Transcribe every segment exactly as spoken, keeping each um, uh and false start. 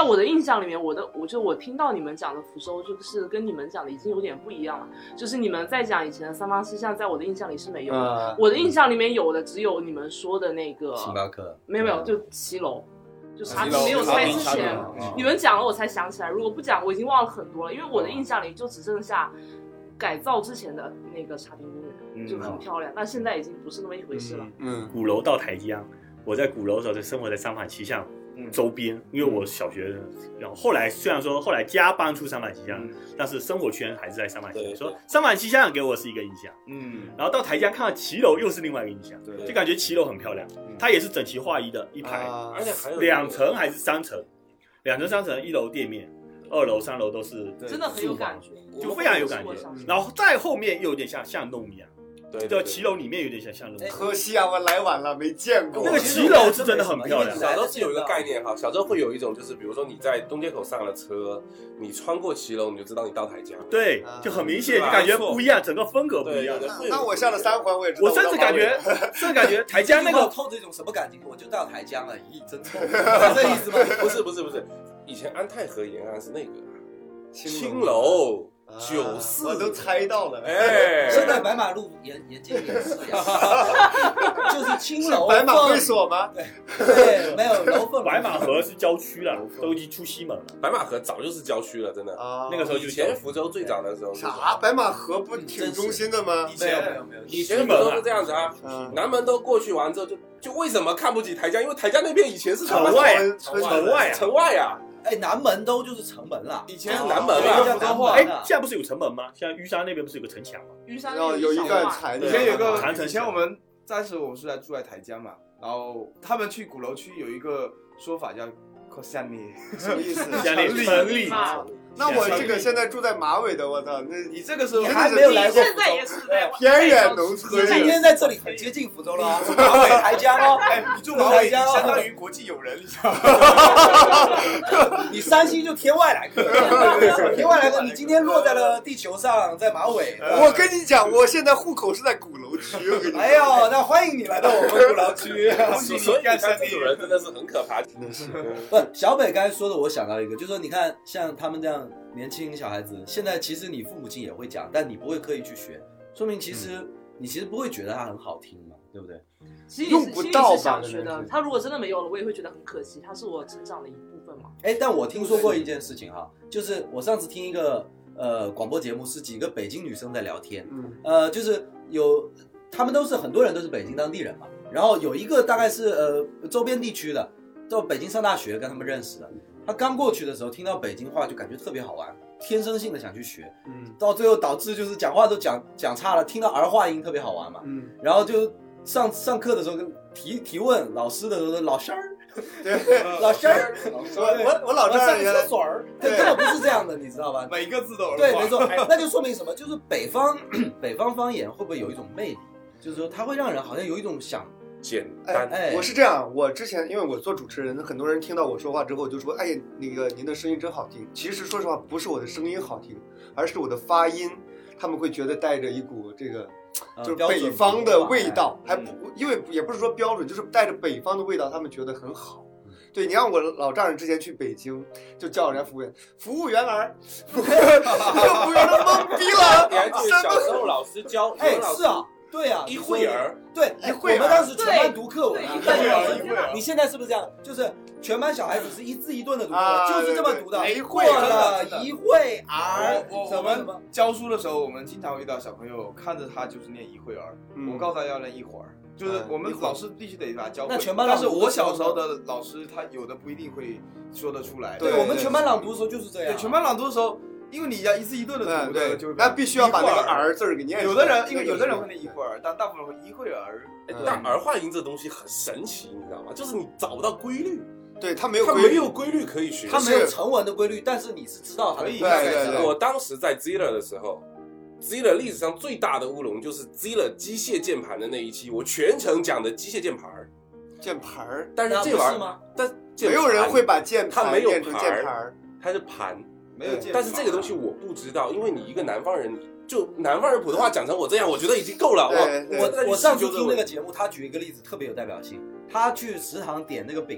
在我的印象里面，我的我就我听到你们讲的福州，就是跟你们讲的已经有点不一样了。就是你们在讲以前的三坊西巷，在我的印象里是没有的。嗯、我的印象里面有的只有你们说的那个星巴克， 没有没有，就七楼。就茶厅没有拆之前，你们讲了我才想起来。如果不讲，我已经忘了很多了，因为我的印象里就只剩下改造之前的那个茶厅公园，就很漂亮。但现在已经不是那么一回事了。 嗯，鼓楼到台江，我在鼓楼的时候就生活在三坊七巷周边，因为我小学，然后后来虽然说后来家搬出三坊七巷，嗯、但是生活圈还是在三坊七巷。说三坊七巷给我是一个印象，嗯，然后到台江看到骑楼又是另外一个印象，对，就感觉骑楼很漂亮，嗯、它也是整齐划一的一排，啊、而且还有两层还是三层，两层三层，一楼店面，二楼三楼都是， 真的很有感觉， 就非常有感觉。然后再后面又有点像巷弄一样。对，就骑楼里面有点像巷弄。 可惜啊，我来晚了，没见过。 那个骑楼是真的很漂亮。 小时候是有一个概念哈，小时候会有一种就是，比如说你在东街口上了车，你穿过骑楼，你就知道你到台江。 对，就很明显，就感觉不一样，整个风格不一样。 那我下了三环，我也知道。 我甚至感觉，甚至感觉台江那个透着一种什么感觉？我就到台江了，咦，真臭，是这意思吗？ 不是不是不是，以前安泰河沿岸是那个青楼。九四我都猜到了， 哎， 现在白马路沿沿街也是一样，就是青楼白马会所吗？ 对，没有楼凤。 白马河是郊区了，都已经出西门了。 白马河早就是郊区了，真的。 啊， 那个时候以前福州最早的时候。 啥？白马河不挺中心的吗？ 以前没有没有，以前福州是这样子啊，南门都过去完之后就就为什么看不起台江？因为台江那边以前是城外，城外， 城外啊。 哎，南门都就是城门了， 以前是南门啊， 福州话。 哎，现在不是有城门吗？现在玉山那边不是有个城墙吗？ 玉山有有一个彩， 以前有个长城。以前我们当时我是在住在台江嘛，然后他们去鼓楼区有一个说法叫 “cosani”， 什么意思？ 城里。 那我这个现在住在马尾的，我操！那你这个时候你还没有来过， 现在也是在偏远农村。 你今天在这里很接近福州了，住马尾台江哦。 哎，你住马尾相当于国际友人，你知道吗？ 你山西就天外来客，天外来客，你今天落在了地球上，在马尾。 我跟你讲，我现在户口是在鼓楼区。 哎呦，那欢迎你来到我们鼓楼区。 所以你看这种人真的是很可怕，真的是。 不，小北刚才说的，我想到一个，就是说，你看像他们这样。年轻小孩子现在其实你父母亲也会讲，但你不会刻意去学，说明其实、嗯、你其实不会觉得它很好听嘛，对不对？ 其实用不到吧？想学的，他如果真的没有了，我也会觉得很可惜，它是我成长的一部分嘛。 哎，但我听说过一件事情哈，就是我上次听一个呃广播节目，是几个北京女生在聊天，嗯，呃，就是有他们都是很多人都是北京当地人嘛，然后有一个大概是呃周边地区的，到北京上大学跟他们认识的。他刚过去的时候，听到北京话就感觉特别好玩，天生性的想去学，嗯，到最后导致就是讲话都讲讲差了，听到儿化音特别好玩嘛，嗯，然后就上上课的时候跟提提问老师的时候，老师儿， 对， 老师儿， 我我老丈人上厕所儿，对，根本不是这样的，你知道吧？ 每个字都儿化， 对，没错，那就说明什么？就是北方北方方言会不会有一种魅力？就是说它会让人好像有一种想。 简单、 哎，我是这样，我之前因为我做主持人，很多人听到我说话之后就说，哎呀，那个您的声音真好听。其实说实话，不是我的声音好听，而是我的发音，他们会觉得带着一股这个就是北方的味道，还不因为也不是说标准，就是带着北方的味道，他们觉得很好。对，你让我老丈人之前去北京，就叫人家服务员，服务员儿，服务员都懵逼了。 你还记得小时候老师教？ 哎，是啊。对啊， 一会儿， 对，一会儿，我们当时全班读课文，一会儿，一会儿。你现在是不是这样？就是全班小孩子是一字一顿的读课文，就是这么读的。过了一会儿， 我们教书的时候，我们经常会遇到小朋友看着他就是念一会儿，我告诉他要念一会儿，就是我们老师必须得把他教会。 那全班， 但是我小时候的老师他有的不一定会说得出来。 对，我们全班朗读的时候就是这样。 对，全班朗读的时候。因为你要一字一顿的读的，就那必须要把那个儿字给念出来。 有的人，因为有的人会念一会儿，但大部分人会一会儿。 但儿化音这东西很神奇，你知道吗？就是你找不到规律， 对它没有， 它没有规律可以学， 它没有成文的规律，但是你是知道它。 可以， 对对对。 我当时在 Ziller 的时候 ，Ziller 历史上最大的乌龙就是 Ziller 机械键盘的那一期，我全程讲的机械键盘儿， 键盘儿， 但是这玩意儿，但没有人会把键盘它没有键盘， 它是盘。 没有， 但是这个东西我不知道，因为你一个南方人，就南方人普通话讲成我这样，我觉得已经够了。 我我我上次听那个节目，他举一个例子特别有代表性。他去食堂点那个饼嘛，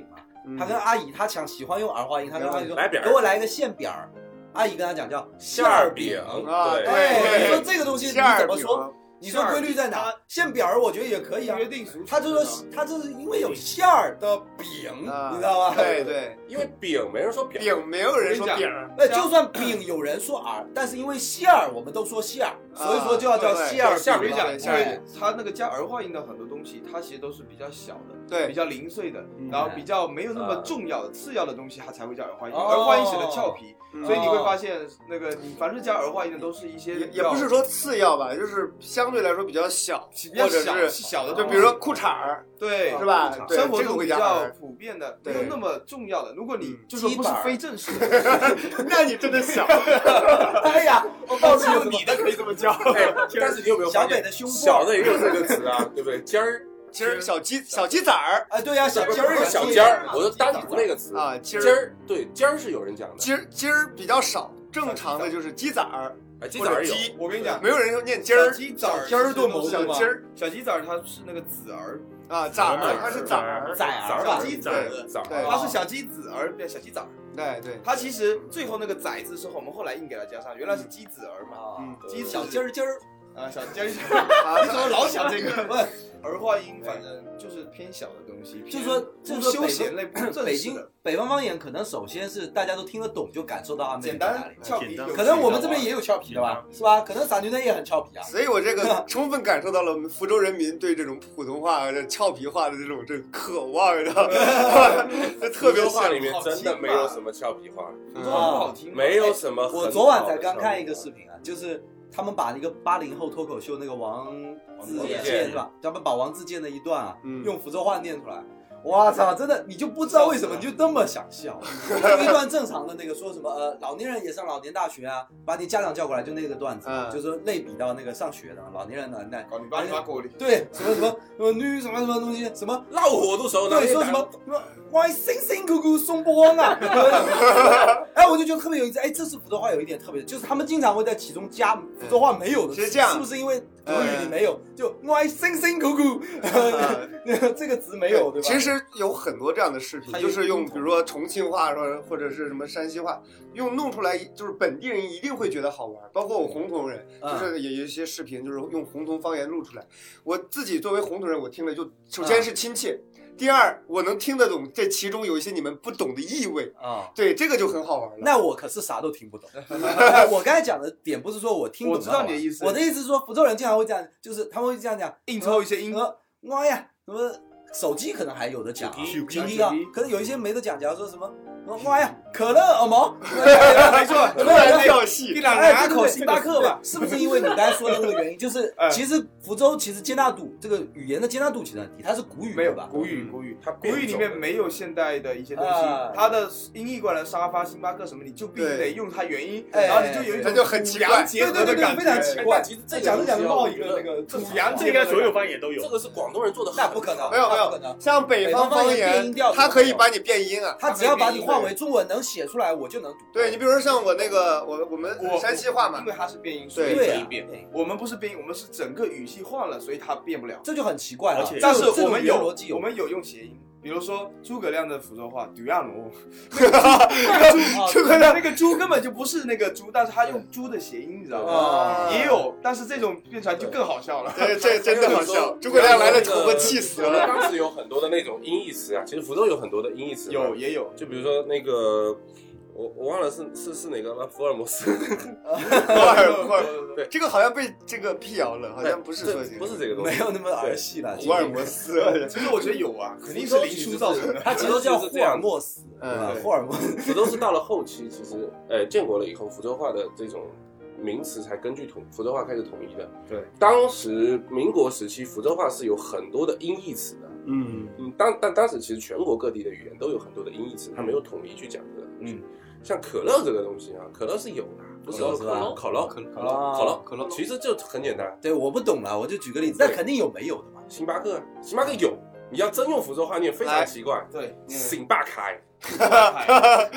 他跟阿姨他抢喜欢用儿化音，他跟阿姨说给我来一个馅饼儿，阿姨跟他讲叫馅儿饼啊， 对，你说这个东西你怎么说？你说规律在哪？馅饼儿我觉得也可以啊， 约定俗成。 他就说他这是因为有馅儿的饼，你知道吧？ 对对， 因为饼没人说饼， 饼没有人说饼。 那就算饼有人说儿，但是因为馅儿我们都说馅儿，所以说就要叫馅儿馅儿饼。 因为它那个加儿化音的很多东西，它其实都是比较小的， 对， 比较零碎的，然后比较没有那么重要的次要的东西，它才会叫儿化音。儿化音显得俏皮。所以你会发现，那个你凡是加儿化音的都是一些也也不是说次要吧，就是相对来说比较小， 比较小小的， 就比如说裤衩儿， 对， 是吧？ 生活中比较普遍的，没有那么重要的。如果你就说不是非正式的， 那你真的小。 哎呀，我告诉你的可以这么叫。 但是你有没有小北的胸部小的也有这个词啊，对不对？尖儿。 尖儿小鸡小鸡仔儿啊，对呀，小尖儿小尖儿，我说单独那个词啊， 尖儿对尖儿是有人讲的， 尖儿尖儿比较少，正常的就是鸡仔儿， 鸡仔儿有。 我跟你讲， 没有人说念尖儿， 鸡仔儿尖儿多萌小尖儿， 小鸡仔儿它是那个子儿啊，崽儿它是崽儿， 崽儿吧， 鸡子儿，它是小鸡子儿变小鸡仔儿。 对对， 它其实最后那个仔字是我们后来硬给它加上，原来是鸡子儿嘛， 嗯， 鸡小尖儿尖儿啊，小尖儿，你怎么老想这个？不是儿化音，反正就是偏小的东西， 就是说，就是休闲类， 北京北方方言可能首先是大家都听得懂，就感受到他们简单俏皮， 可能我们这边也有俏皮的吧，是吧？可能傻妞妞也很俏皮啊。 所以我这个充分感受到了我们福州人民对这种普通话的俏皮话的这种这渴望，知道吗？这特别话里面真的没有什么俏皮话， 普通话不好听， 没有什么。 我昨晚才刚看一个视频啊，就是他们把那个八零后脱口秀那个王自健是吧？他们把王自健的一段啊，用福州话念出来。我操，真的，你就不知道为什么你就那么想笑。有一段正常的那个说什么呃，老年人也上老年大学啊，把你家长叫过来，就那个段子，嗯、就是类比到那个上学的老年人的那， 搞你爸你妈锅里， 对，什么什么什么女什么什么东西，什么老火都熟， 对，说什么什么喂辛辛苦苦送光啊，哎，我就觉得特别有意思，哎，这是福州话有一点特别，就是他们经常会在其中加福州话没有的， 是这样， 是不是因为国语里没有？就喂辛辛苦苦，这个词没有，对吧？ 其实有很多这样的视频，就是用比如说重庆话或或者是什么山西话，用弄出来，就是本地人一定会觉得好玩。包括我洪洞人，就是也有一些视频，就是用洪洞方言录出来。我自己作为洪洞人，我听了就首先是亲切。第二，我能听得懂这其中有一些你们不懂的意味啊，对，这个就很好玩了。 那我可是啥都听不懂。我刚才讲的点不是说我听懂， 我知道你的意思。 我的意思是说，福州人经常会这样，就是他们会这样讲， 硬抽一些音。 妈呀，什么手机可能还有的讲，手机啊，可能有一些没得讲，假如说什么。妈呀，可乐耳毛， 没错，突然跳戏， 一两两口星巴克吧， 是不是因为你刚才说的那个原因？就是其实福州其实接纳度，这个语言的接纳度其实很低，它是古语， 没有吧？ 古语，古语，它古语里面没有现代的一些东西，它的音译过来沙发、星巴克什么，你就必须得用它原音，然后你就有一种就很奇怪结合的感觉， 非常奇怪。 其实这讲着讲着冒一个那个土洋， 这应该所有方言都有。 这个是广东人做的， 那不可能， 没有没有，像北方方言，它可以把你变音啊， 它只要把你换为中文能写出来，我就能读。 对你比如说像我那个我我们山西话嘛， 因为它是变音，所以可以变。我们不是变音，我们是整个语系换了，所以它变不了。 这就很奇怪了。 但是我们有我们有用谐音，比如说诸葛亮的福州话，丢亚奴，那个猪，诸葛亮那个猪根本就不是那个猪，但是他用猪的谐音，你知道吗？也有，但是这种变出来就更好笑了。 这这真的好笑，诸葛亮来了口我气死了。 当时有很多的那种音译词啊，其实福州有很多的音译词， 有也有， 就比如说那个。我我忘了是是是哪个了，福尔摩斯。 福尔摩斯，对，这个好像被这个辟谣了，好像不是说不是这个东西， 没有那么儿戏了。 福尔摩斯， 其实我觉得有啊，肯定是林书造成的。 他其实叫霍尔莫斯，嗯，霍尔莫斯。 福州是到了后期，其实呃建国了以后，福州话的这种名词才根据统福州话开始统一的。 对， 当时民国时期，福州话是有很多的音译词的。 嗯嗯，当但当时其实全国各地的语言都有很多的音译词，它没有统一去讲这个东西。嗯。像可乐这个东西啊，可乐是有的，不是可乐，可乐，可乐，可乐，可乐，其实就很简单。 对，我不懂了，我就举个例子，那肯定有没有的嘛。 星巴克，星巴克有，你要真用福州话念非常奇怪。 对， 星巴克。 哎，星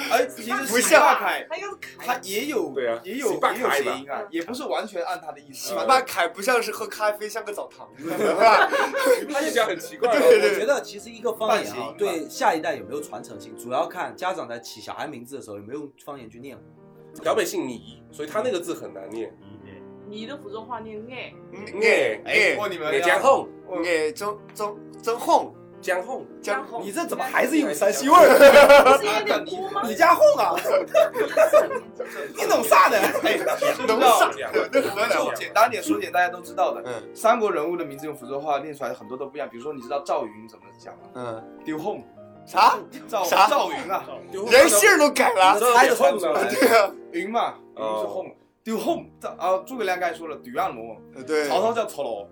其实不像凯， 他应该是凯， 他也有对啊， 也有也有谐音啊，也不是完全按他的意思。 那凯不像是喝咖啡，像个澡堂， 他就讲很奇怪。 对对，我觉得其实一个方言啊，对下一代有没有传承性，主要看家长在起小孩名字的时候有没有用方言去念。 姚北姓倪，所以他那个字很难念。 你的福州话念爱， 爱哎，问你们爱江红， 爱真真真红。 江红， 江红， 你这怎么还是有山西味儿？ 不是有点多吗？ 你家红啊？你懂啥的？ 哎，懂啥？就简单点说点大家都知道的。嗯，三国人物的名字用福州话念出来很多都不一样。比如说，你知道赵云怎么讲吗？嗯，丢红。 啥？ 赵啥？ 赵云啊， 人姓都改了， 猜得出来。 对啊，云嘛，云是红。丢红，啊，诸葛亮刚才说了，丢暗罗， 对， 曹操叫搓罗，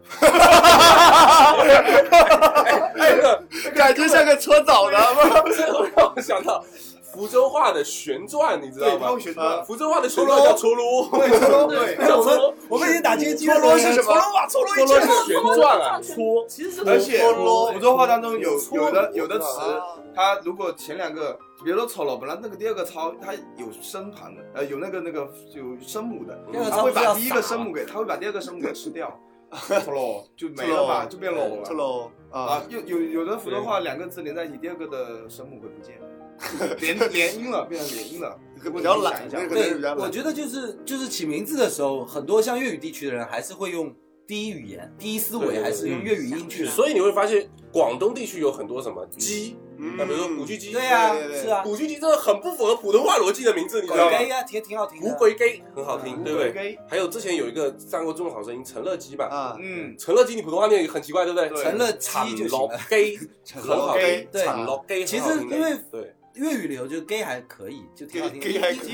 哎，感觉像个搓澡的， 这让我想到福州话的旋转，你知道吗？ 旋转， 福州话的旋转叫搓罗， 对，搓罗，对， 我们我们已经打街机了， 搓罗是什么？ 搓罗啊，搓罗， 搓罗是旋转啊， 搓，其实是而且福州话当中有有的有的词，它如果前两个。比如说丑了，本来那个第二个操它有声旁的，呃，有那个那个有声母的，他会把第一个声母给，他会把第二个声母给吃掉，丑了就没了吧，就变喽了， 丑喽啊，有有有的福州话两个字连在一起，第二个的声母会不见，连连音了，变成连音了， 比较懒。 对，我觉得就是就是起名字的时候，很多像粤语地区的人还是会用第一语言、第一思维，还是用粤语音去， 所以你会发现广东地区有很多什么鸡。那比如说古巨基， 对啊，是啊， 古巨基真的很不符合普通话逻辑的名字，你知道吗？ 鬼啊，挺挺好听的。 古鬼鸡很好听，对不对？还有之前有一个上过《中国好声音》陈乐基吧，啊，嗯，陈乐基你普通话念很奇怪，对不对？ 陈乐基就行了。 陈乐基很好听，陈乐基其实因为对。粤语里头就 gay 还可以，就挺好听。 gay 还可以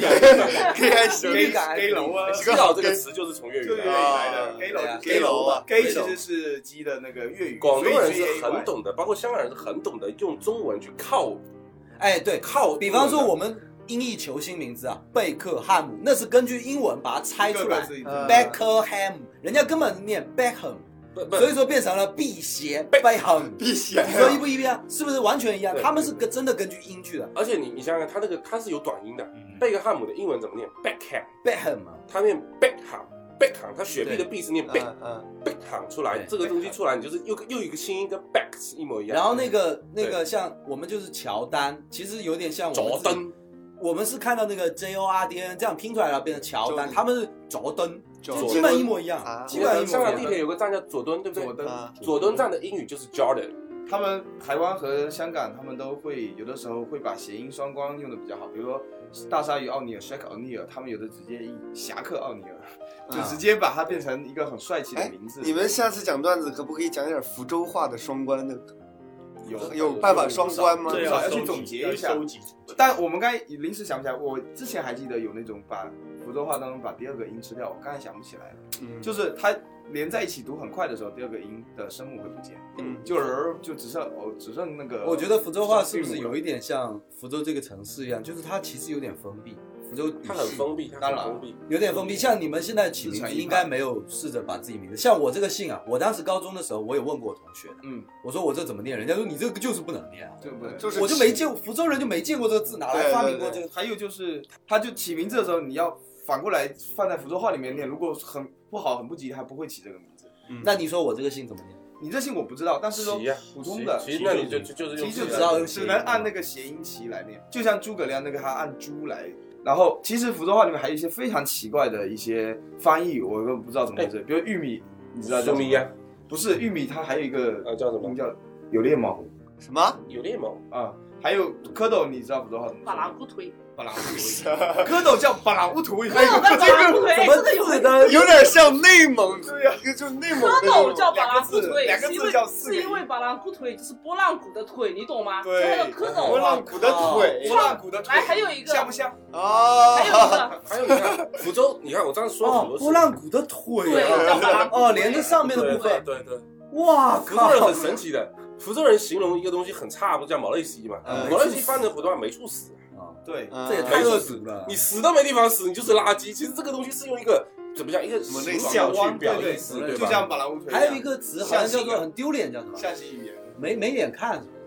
，gay 还行 ，gay gay 楼啊， 基佬这个词就是从粤语来的 ，gay 楼 gay 楼啊 ，gay 其实是鸡的那个粤语。 广东人是很懂得，包括香港人是很懂得用中文去靠， 哎，对， 靠。 比方说我们音译球星名字啊，贝克汉姆，那是根据英文把它拆出来 ，Beckham， 人家根本念 Beckham。所以说变成了辟邪贝亨， 辟邪， 你说一不一样？是不是完全一样？他们是真的根据音去的。 而且你你想想看，他那个他是有短音的，贝克汉姆的英文怎么念 ？Beckham，Beckham 嘛， 他念 Beckham，Beckham， 他雪碧的碧是念 Beck，Beckham 出来这个东西出来，你就是又又一个清音跟 Beck 是一模一样。 然后那个那个像我们就是乔丹，其实有点像佐登。 我们是看到那个 J O R D N 这样拼出来了，变成乔丹，他们是佐敦， 就基本一模一样，基本一模一样。 香港地铁有个站叫佐敦，对不对？ 佐敦， 佐敦站的英语就是 Jordan。 他们台湾和香港，他们都会有的时候会把谐音双关用的比较好，比如说大鲨鱼奥尼尔 Shaq O'Neal， 他们有的直接以侠客奥尼尔，就直接把它变成一个很帅气的名字。 你们下次讲段子可不可以讲点福州话的双关的？ 有有办法双关吗？ 至少要去总结一下。但我们刚才临时想不起来，我之前还记得有那种把福州话当中把第二个音吃掉，我刚才想不起来了。嗯，就是它连在一起读很快的时候，第二个音的声母会不见。嗯，就儿就只剩哦，只剩那个。 我觉得福州话是不是有一点像福州这个城市一样，就是它其实有点封闭。福州它很封闭，它很封闭， 有点封闭。像你们现在起名字，应该没有试着把自己名字。像我这个姓啊，我当时高中的时候，我有问过我同学，嗯，我说我这怎么念？人家说你这个就是不能念啊， 对不对？ 就是我就没见福州人就没见过这个字，哪来发明过这个？ 还有就是，他就起名字的时候，你要反过来放在福州话里面念，如果很不好、很不吉，还不会起这个名字。 嗯，那你说我这个姓怎么念？ 你这姓我不知道，但是说普通的， 其实那你就就是用， 其实就知道只能按那个谐音旗来念，就像诸葛亮那个他按猪来。然后，其实福州话里面还有一些非常奇怪的一些翻译，我都不知道怎么回事。比如玉米，你知道叫什么？不是玉米，它还有一个呃叫什么？ 叫有裂毛。 什么？ 有裂毛啊？还有蝌蚪，你知道福州话怎么说？ 巴拉古腿。 巴拉乌腿，蝌蚪叫巴拉乌腿， 蝌蚪叫巴拉乌腿，真的有的，有点像内蒙， 对呀， 就内蒙。 蝌蚪叫巴拉乌腿， 两个字叫四是因为巴拉乌腿就是拨浪鼓的腿，你懂吗？ 对， 蝌蚪。 拨浪鼓的腿， 拨浪鼓的腿。 来，还有一个像不像？ 啊， 还有一个， 还有你看福州，你看我刚才说了很多次， 拨浪鼓的腿， 对，叫巴拉乌腿。 哦，连着上面的部分， 对对。 哇， 福州人很神奇的，福州人形容一个东西很差，不是叫毛类西嘛？毛类西翻成普通话没处死。 对， 这也太恶毒了！ 你死都没地方死，你就是垃圾。其实这个东西是用一个怎么讲，一个什么小去表意思， 对吧？就像巴拉乌腿。 还有一个词好像叫做很丢脸，叫什么？ 下棋语言。 没没脸看什么的。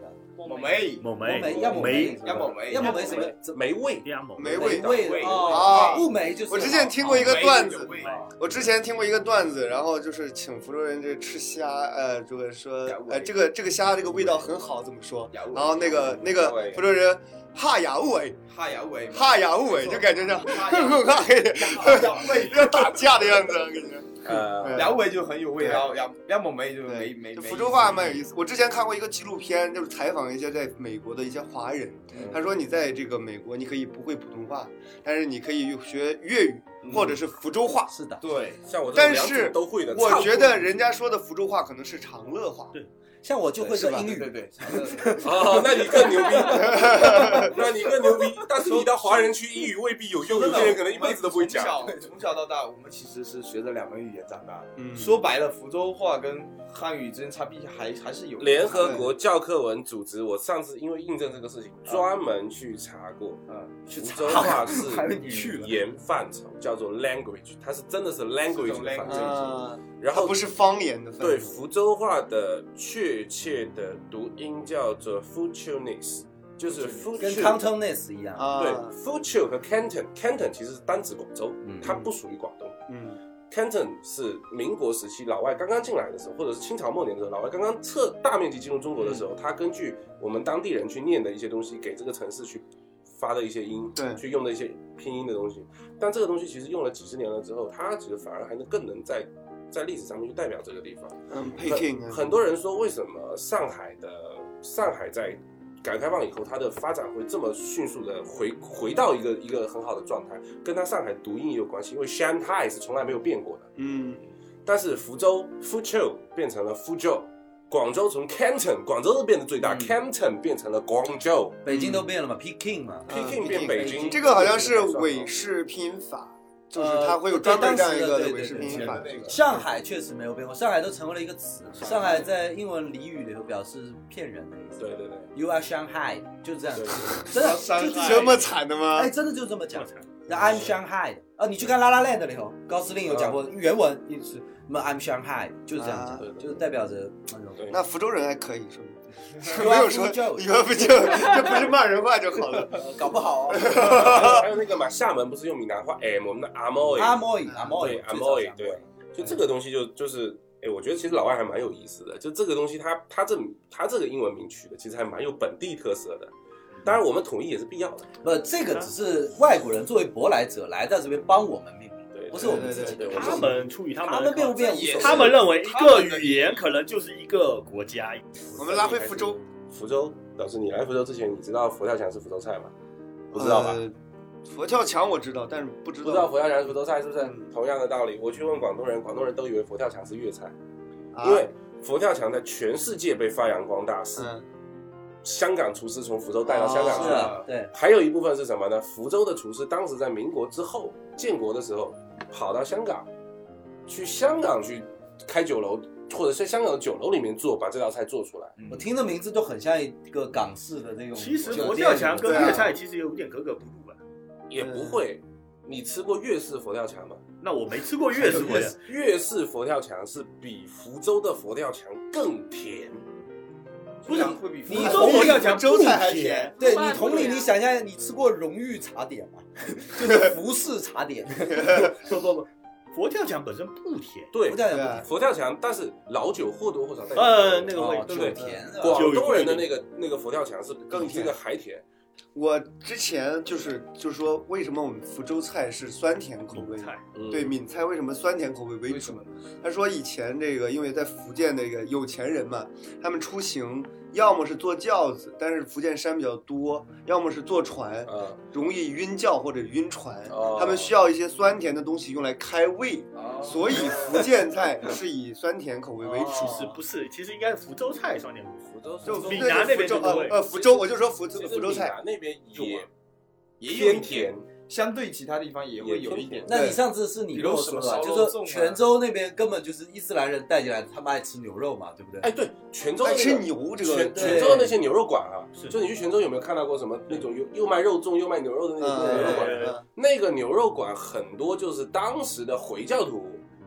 某梅， 某梅， 要某梅， 要某梅， 要某梅什么？ 梅味， 梅味味啊， 雾梅就是。 我之前听过一个段子，我之前听过一个段子，然后就是请福州人这吃虾，呃，这个说，呃，这个这个虾这个味道很好，怎么说？然后那个那个福州人。哈雅雾尾， 哈雅雾尾， 哈雅雾尾，就感觉像哼哼哈嘿，要打架的样子，感觉。 呃，雅雾尾就很有味道，雅雅某梅就没没。 福州话蛮有意思。我之前看过一个纪录片，就是采访一些在美国的一些华人，他说你在这个美国，你可以不会普通话，但是你可以学粤语或者是福州话。 是的， 对， 像我这两种都会的。 我觉得人家说的福州话可能是长乐话。 对。 像我就会说英语， 对对。 哦，那你更牛逼，那你更牛逼。但是你到华人区，英语未必有用，有些人可能一辈子都不会讲。 从小到大，我们其实是学着两门语言长大的。嗯，说白了，福州话跟汉语之间差别还还是有。 联合国教科文组织，我上次因为印证这个事情，专门去查过。嗯，福州话是语言范畴，叫做 language， 它是真的是 language 的范畴。然后不是方言的范畴。 对，福州话的确切的读音叫做 Futureness， 就是 Future 跟 Cantonese 一样。 对 ，Future 和 Canton，Canton 其实是单指广州，嗯、它不属于广东。嗯 ，Canton 是民国时期老外刚刚进来的时候，或者是清朝末年的时候，老外刚刚撤大面积进入中国的时候，他、嗯、根据我们当地人去念的一些东西，给这个城市去发的一一些音， 对， 去用的一些拼音的东西。但这个东西其实用了几十年了之后，它其实反而还能更能在。在历史上面去代表这个地方， 嗯，配听。 很多人说，为什么上海的上海在改革开放以后，它的发展会这么迅速的回回到一个一个很好的状态，跟它上海读音也有关系，因为 Shanghai 是从来没有变过的， 嗯。 但是福州 Fuzhou 变成了 Fuzhou， 广州从 Canton 广州都变得最大、嗯、，Canton 变成了广州， 北京都变了嘛 ，Peking 嘛 ，Peking 变北京， 这个好像是伪式拼音法。就是它会有专门这样一个伪式拼音法。 上海确实没有变过，上海都成为了一个词。上海在英文俚语里头表示骗人的意思。 对对对 ，You are Shanghai， 就这样。真的就这么惨的吗？ 哎，真的就这么讲。I'm Shanghai 啊，你去看《La La Land》里头，高司令有讲过原文意思，什么 I'm Shanghai 就是这样讲，就是代表着那种。 那福州人还可以说。没有说，以后不就这不是骂人话就好了， 搞不好哦。 还有那个嘛，厦门不是用闽南话，哎，我们的阿莫阿莫阿莫对阿莫对，就这个东西就就是哎，我觉得其实老外还蛮有意思的，就这个东西它它这它这个英文名取的其实还蛮有本地特色的。当然我们统一也是必要的， 不，这个只是外国人作为舶来者来到这边帮我们命名。不是我们自己的， 他们出于他们， 他们变不变， 他们认为一个语言可能就是一个国家。 我们拉回福州， 福州老师，你来福州之前，你知道佛跳墙是福州菜吗？不知道吧？ 呃、佛跳墙我知道，但是不知道。 不知道佛跳墙是福州菜是不是？嗯、同样的道理，我去问广东人，广东人都以为佛跳墙是粤菜，啊、因为佛跳墙在全世界被发扬光大是。嗯香港厨师从福州带到香港去了、 哦，对。 还有一部分是什么呢？福州的厨师当时在民国之后建国的时候，跑到香港，去香港去开酒楼，或者在香港的酒楼里面做，把这道菜做出来。 嗯、我听的名字就很像一个港式的那种。 其实佛跳墙跟粤菜其实有点格格不入吧？ 也不会。你吃过粤式佛跳墙吗？ 那我没吃过粤式佛跳墙。 粤式佛跳墙是比福州的佛跳墙更甜。 不是你同理讲州菜还甜， 对你同理，你想一下，你吃过荣誉茶点吗？就是服饰茶点。 不不不，佛跳墙本身不甜， 对，佛跳墙，佛跳墙，但是老酒或多或少带呃那个味， 对不对？甜。 广东人的那个那个佛跳墙是更这个还甜。 我之前就是就是说，为什么我们福州菜是酸甜口味？ 菜对闽菜为什么酸甜口味为主？他说以前这个因为在福建那个有钱人嘛，他们出行要么是坐轿子，但是福建山比较多，要么是坐船， 嗯、 容易晕轿或者晕船、 哦， 他们需要一些酸甜的东西用来开胃，哦、所以福建菜是以酸甜口味为主。 其实不是，其实应该是福州菜酸甜口味。 福州就闽南那边就呃呃福州，我就说福州福州菜那边也也偏甜。 相对其他地方也会有一点。 那你上次是你跟我说的，就是说泉州那边根本就是伊斯兰人带进来，他们爱吃牛肉嘛，对不对？ 哎，对，泉州爱吃牛这个， 泉泉州的那些牛肉馆啊，就你去泉州有没有看到过什么那种又又卖肉粽又卖牛肉的那种牛肉馆？那个牛肉馆很多就是当时的回教徒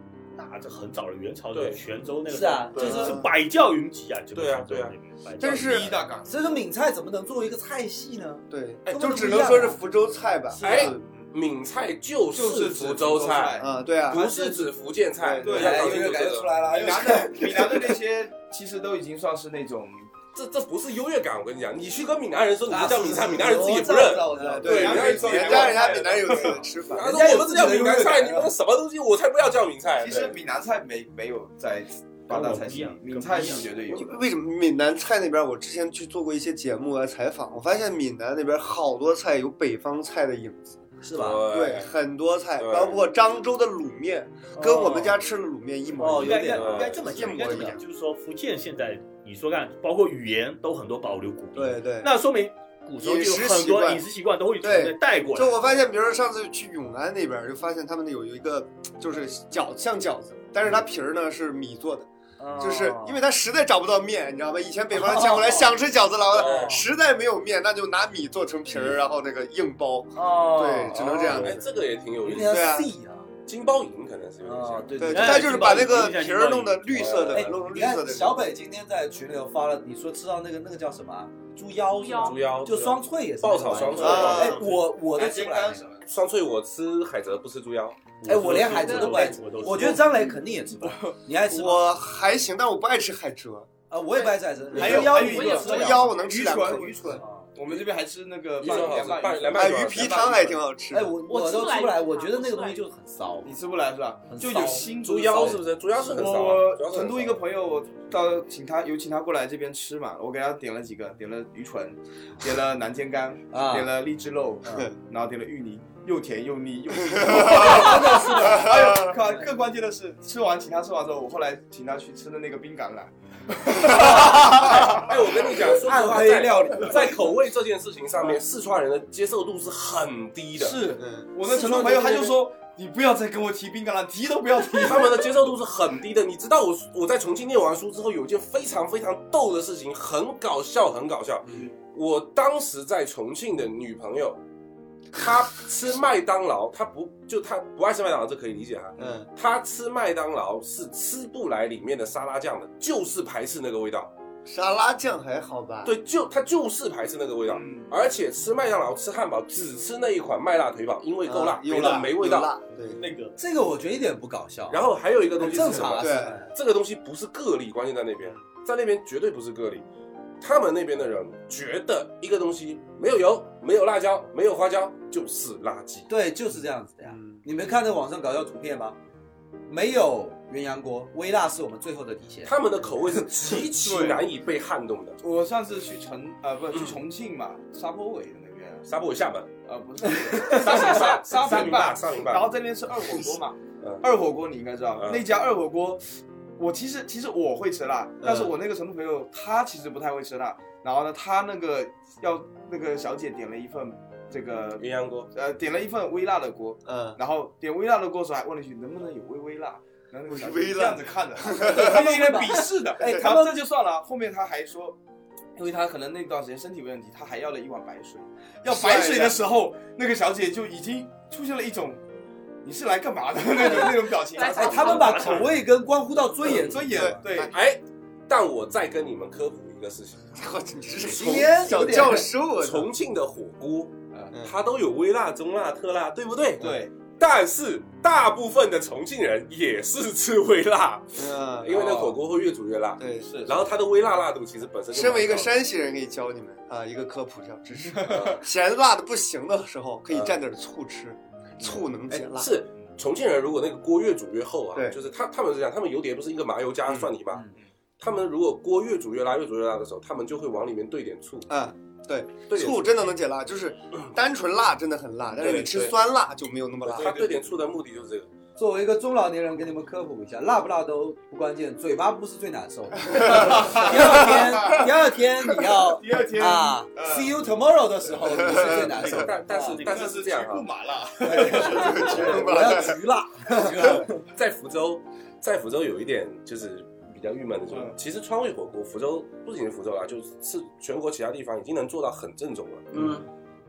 啊，这很早的元朝的泉州那个是啊， 就是是百教云集啊， 对啊对啊， 但是第一大港， 所以说闽菜怎么能作为一个菜系呢？ 对， 哎， 就只能说是福州菜吧。 哎，闽菜就是福州菜啊，对啊， 不是指福建菜。 对， 有点感觉出来了。 闽南的闽南的那些其实都已经算是那种。 这这不是优越感，我跟你讲，你去跟闽南人说你是叫闽菜，闽南人自己也不认。 对，人家人家人家闽南有自己的吃法， 他说我们是叫闽南菜，你们什么东西，我才不要叫闽菜。 其实闽南菜没没有在八大菜系，闽菜是绝对有。 为什么闽南菜那边？我之前去做过一些节目啊采访，我发现闽南那边好多菜有北方菜的影子。 是吧？ 对，很多菜，包括漳州的卤面，跟我们家吃的卤面一模一样。 应该应该这么讲，应该这么讲，就是说福建现在你说看，包括语言都很多保留古音， 对对， 那说明古时候就有很多饮食习惯都会对带过来。 就我发现，比如说上次去永安那边，就发现他们有有一个就是饺像饺子，但是它皮儿呢是米做的。就是因为他实在找不到面，你知道吗？以前北方人抢过来想吃饺子了，实在没有面，那就拿米做成皮儿，然后那个硬包。哦，对，只能这样。 哎，这个也挺有意思。 对啊， 金包银可能是有点像。 对，他就是把那个皮儿弄的绿色的，弄成绿色的。 小北今天在群里头发了，你说吃到那个那个叫什么猪腰？ 猪腰就双脆也是爆炒双脆。 哎，我我都吃不来双脆，我吃海蜇不吃猪腰。 哎，我连海蜇都不爱吃，我觉得张磊肯定也吃不来。你爱吃吗？ 我还行，但我不爱吃海蜇。 啊，我也不爱吃海蜇。 还有腰鱼， 猪腰我能吃两口。 渔唇，我们这边还吃那个拌拌鱼皮汤还挺好吃。 哎，我我都吃不来，我觉得那个东西就很骚。 你吃不来是吧？就有腥。 猪腰是不是？猪腰是很骚。 我成都一个朋友，我到请他有请他过来这边吃嘛，我给他点了几个，点了鱼唇，点了南煎干，点了荔枝肉，然后点了芋泥。又甜又腻又真的是的，还有更更关键的是，吃完请他吃完之后，我后来请他去吃的那个冰橄榄。 哎，我跟你讲，说实话， 在料理在口味这件事情上面，四川人的接受度是很低的。 是，我的成都朋友他就说，你不要再跟我提冰橄榄，提都不要提。 他们的接受度是很低的。你知道我我在重庆念完书之后，有一件非常非常逗的事情，很搞笑，很搞笑。我当时在重庆的女朋友。他吃麦当劳，他不就他不爱吃麦当劳，这可以理解哈。嗯，他吃麦当劳是吃不来里面的沙拉酱的，就是排斥那个味道。 沙拉酱还好吧？ 对，就他就是排斥那个味道，嗯、而且吃麦当劳吃汉堡只吃那一款麦辣腿堡，因为够辣，别的、啊、没味道。 对， 那个这个我觉得一点不搞笑。 然后还有一个东西是什么？ 对， 这个东西不是个例，关键在那边，在那边绝对不是个例。他们那边的人觉得一个东西没有油、没有辣椒、没有花椒就是垃圾。 对，就是这样子的呀。嗯、你们看那网上搞笑图片吗？没有鸳鸯锅，微辣是我们最后的底线。 他们的口味是极其难以被撼动的。 我上次去成呃不去重庆嘛，沙坡尾的那边， 沙坡尾厦门呃不是沙沙沙沙明坝，沙明坝。 然后这边是二火锅嘛，嗯、二火锅你应该知道，嗯、那家二火锅。我其实其实我会吃辣，但是我那个成都朋友他其实不太会吃辣，然后呢，他那个要那个小姐点了一份这个鸳鸯锅， 呃，点了一份微辣的锅，嗯，然后点微辣的锅的时候还问了一句能不能有微微辣，然后那个小姐这样子看着，他有点鄙视的，哎，然后这就算了，后面他还说。因为他可能那段时间身体有问题，他还要了一碗白水。要白水的时候，那个小姐就已经出现了一种。你是来干嘛的那种那种表情？ 哎，他们把口味跟关乎到尊严， 尊严对。 哎，但我再跟你们科普一个事情， 你这是小教授。 重庆的火锅，它都有微辣、中辣、特辣，对不对？ 对。 但是大部分的重庆人也是吃微辣，嗯，因为那火锅会越煮越辣。 对，是。 然后它的微辣辣度其实本身就。 身为一个山西人，可以教你们啊一个科普小知识：嫌辣的不行的时候，可以蘸点醋吃。醋能解辣、 欸、是重庆人，如果那个锅越煮越厚啊，就是他他们是这样，他们油碟不是一个麻油加蒜泥吗？嗯嗯、他们如果锅越煮越辣，越煮越辣的时候，他们就会往里面兑点醋。 嗯，对，醋真的能解辣，就是单纯辣真的很辣，但是你吃酸辣就没有那么辣。 他兑点醋的目的就是这个。 作为一个中老年人，给你们科普一下，辣不辣都不关键，嘴巴不是最难受的。第二天，第二天你要第二天啊、呃、，see you tomorrow 的时候你是最难受的。 但但是但是是这样哈， 不麻辣， 我要焗辣。 在福州，在福州有一点就是比较郁闷的，就是、嗯、其实川味火锅，福州不仅是福州啊，就是全国其他地方已经能做到很正宗了。嗯。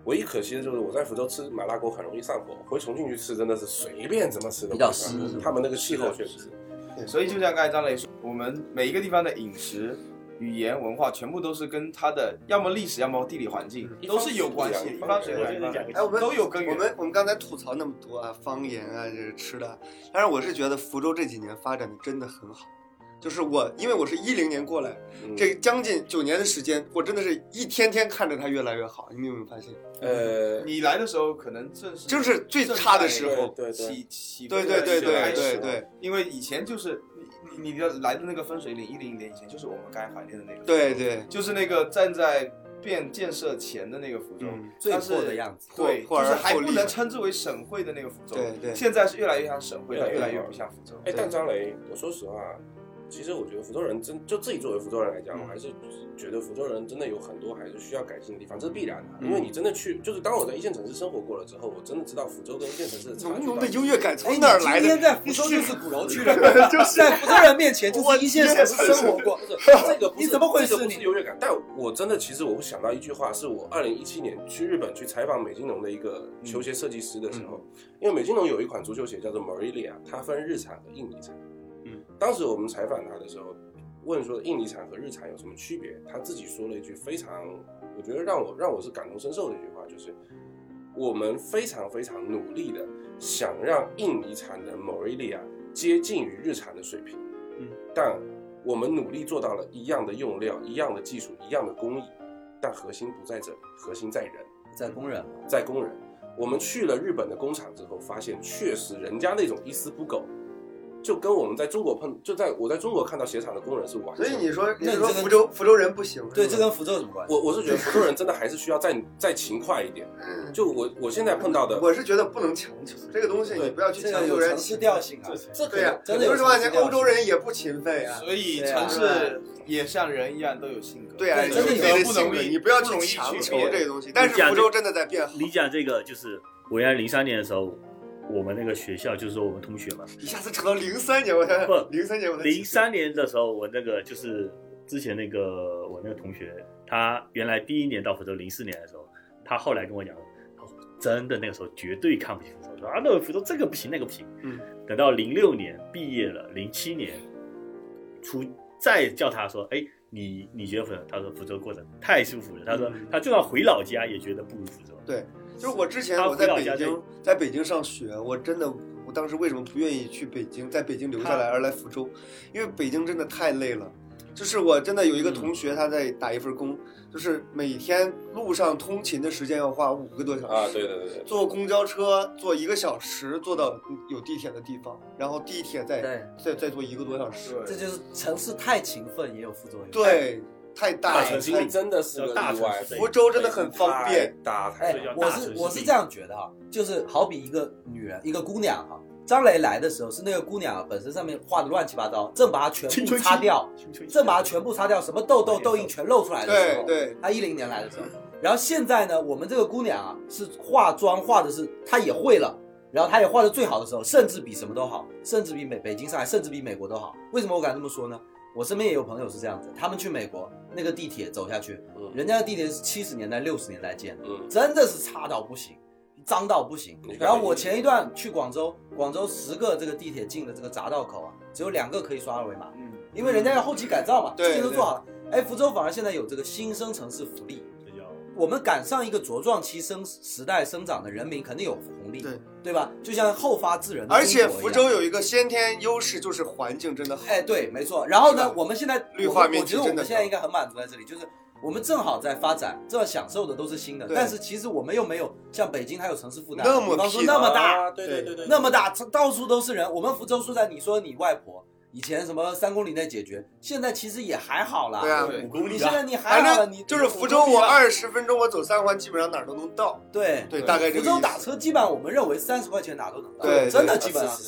唯一可惜的就是我在福州吃麻辣锅很容易上火，回重庆去吃真的是随便怎么吃都比较湿， 他们那个气候确实是。 所以就像刚才张磊说，我们每一个地方的饮食、语言、文化，全部都是跟它的要么历史，要么地理环境都是有关系的。一方水两方哎，我们都有根源。 我们我们刚才吐槽那么多啊，方言啊，这吃的，但是我是觉得福州这几年发展的真的很好。就是我，因为我是一零年过来，嗯、这将近九年的时间，我真的是一天天看着它越来越好。你们有没有发现？ 呃， 你来的时候可能正是就是最差的时候， 对对起起对对对对对对， 因为以前就是你你的来的那个分水岭，一零年以前就是我们刚才怀念的那个， 对对， 就是那个站在变建设前的那个福州， 嗯、最破的样子， 对，就是还不能称之为省会的那个福州， 对对， 现在是越来越像省会，它越来越不像福州。 哎，但张雷，我说实话。其实我觉得福州人真就自己作为福州人来讲， 嗯、 我还是觉得福州人真的有很多还是需要改进的地方，这是必然的。嗯、因为你真的去，就是当我在一线城市生活过了之后，我真的知道福州跟一线城市的差距。 浓浓的优越感从哪儿来的？ 今天在福州就是鼓楼区的，就是在福州人面前就是一线城市生活过。 这个不是你怎么会这个不是优越感？但我真的其实我会想到一句话，是我二零一七年去日本去采访美津浓的一个球鞋设计师的时候，嗯、因为美津浓有一款足球鞋叫做 Morilia， 它分日产和印尼产。嗯，当时我们采访他的时候。问说印尼产和日产有什么区别？他自己说了一句非常，我觉得让我让我是感同身受的一句话，就是我们非常非常努力的想让印尼产的 Morilia 接近于日产的水平，嗯，但我们努力做到了一样的用料、一样的技术、一样的工艺，但核心不在这里，核心在人， 在工人， 在工人。我们去了日本的工厂之后，发现确实人家那种一丝不苟。就跟我们在中国碰，就在我在中国看到鞋厂的工人是完全。 所以你说，你说福州福州人不行？ 对，这跟福州有什么关系？ 我我是觉得福州人真的还是需要再再勤快一点。就我我现在碰到的， 我是觉得不能强求这个东西，你不要去强求人。 城市调性啊， 这对呀。 真的说实话，连欧洲人也不勤奋啊。 所以城市也像人一样都有性格。 对啊，真的有性格，你不要去强求这个东西。但是福州真的在变好。 你讲这个就是我原来零三年的时候。我们那个学校就是说我们同学嘛， 一下子扯到零三年，我不零三年我零三年的时候，我那个就是之前那个我那个同学，他原来第一年到福州，零四年的时候，他后来跟我讲，真的那个时候绝对看不起福州，说啊那个福州这个不行那个不行，嗯，等到零六年毕业了，零七年出再叫他说，哎，你你觉得福州？他说福州过得太舒服了，他说他就算回老家也觉得不如福州， 对。就是我之前我在北京，在北京上学，我真的，我当时为什么不愿意去北京，在北京留下来而来福州？因为北京真的太累了。就是我真的有一个同学，他在打一份工，就是每天路上通勤的时间要花五个多小时啊，对对对对， 坐公交车坐一个小时坐到有地铁的地方，然后地铁再再再坐一个多小时。 这就是城市太勤奋也有副作用。 对。太大了，真的是个意外。 福州真的很方便， 大哎，我是我是这样觉得哈，就是好比一个女人，一个姑娘哈，张雷来的时候是那个姑娘本身上面画的乱七八糟，正把它全部擦掉，正把它全部擦掉，什么痘痘痘印全露出来的时候， 对对， 她一零年来的时候，然后现在呢，我们这个姑娘啊是化妆化的是她也会了。然后她也画的最好的时候，甚至比什么都好，甚至比美北京、上海，甚至比美国都好。为什么我敢这么说呢？我身边也有朋友是这样子，他们去美国那个地铁走下去，嗯、人家的地铁是七十年代、六十年代建的，嗯、真的是差到不行，脏到不行。然后我前一段去广州，广州十个这个地铁进的这个匝道口啊，只有两个可以刷二维码，嗯、因为人家要后期改造嘛，事情都做好了。哎，福州反而现在有这个新生城市福利。我们赶上一个茁壮期生时代生长的人民，肯定有红利，对对吧？就像后发制人的。 而且福州有一个先天优势，就是环境真的好。 哎，对，没错。然后呢，我们现在绿化面积真的， 我觉得我们现在应该很满足在这里，就是我们正好在发展，正好享受的都是新的，但是其实我们又没有像北京还有城市负担， 那么比方说那么大， 对对对对， 那么大，到处都是人。我们福州住在，你说你外婆。以前什么三公里内解决，现在其实也还好啦。 对啊， 五公里，现在你还好了，你就是福州，我二十分钟我走三环，基本上哪儿都能到。 对对，大概这个。 福州打车基本上我们认为三十块钱哪都能到， 对， 真的基本上是。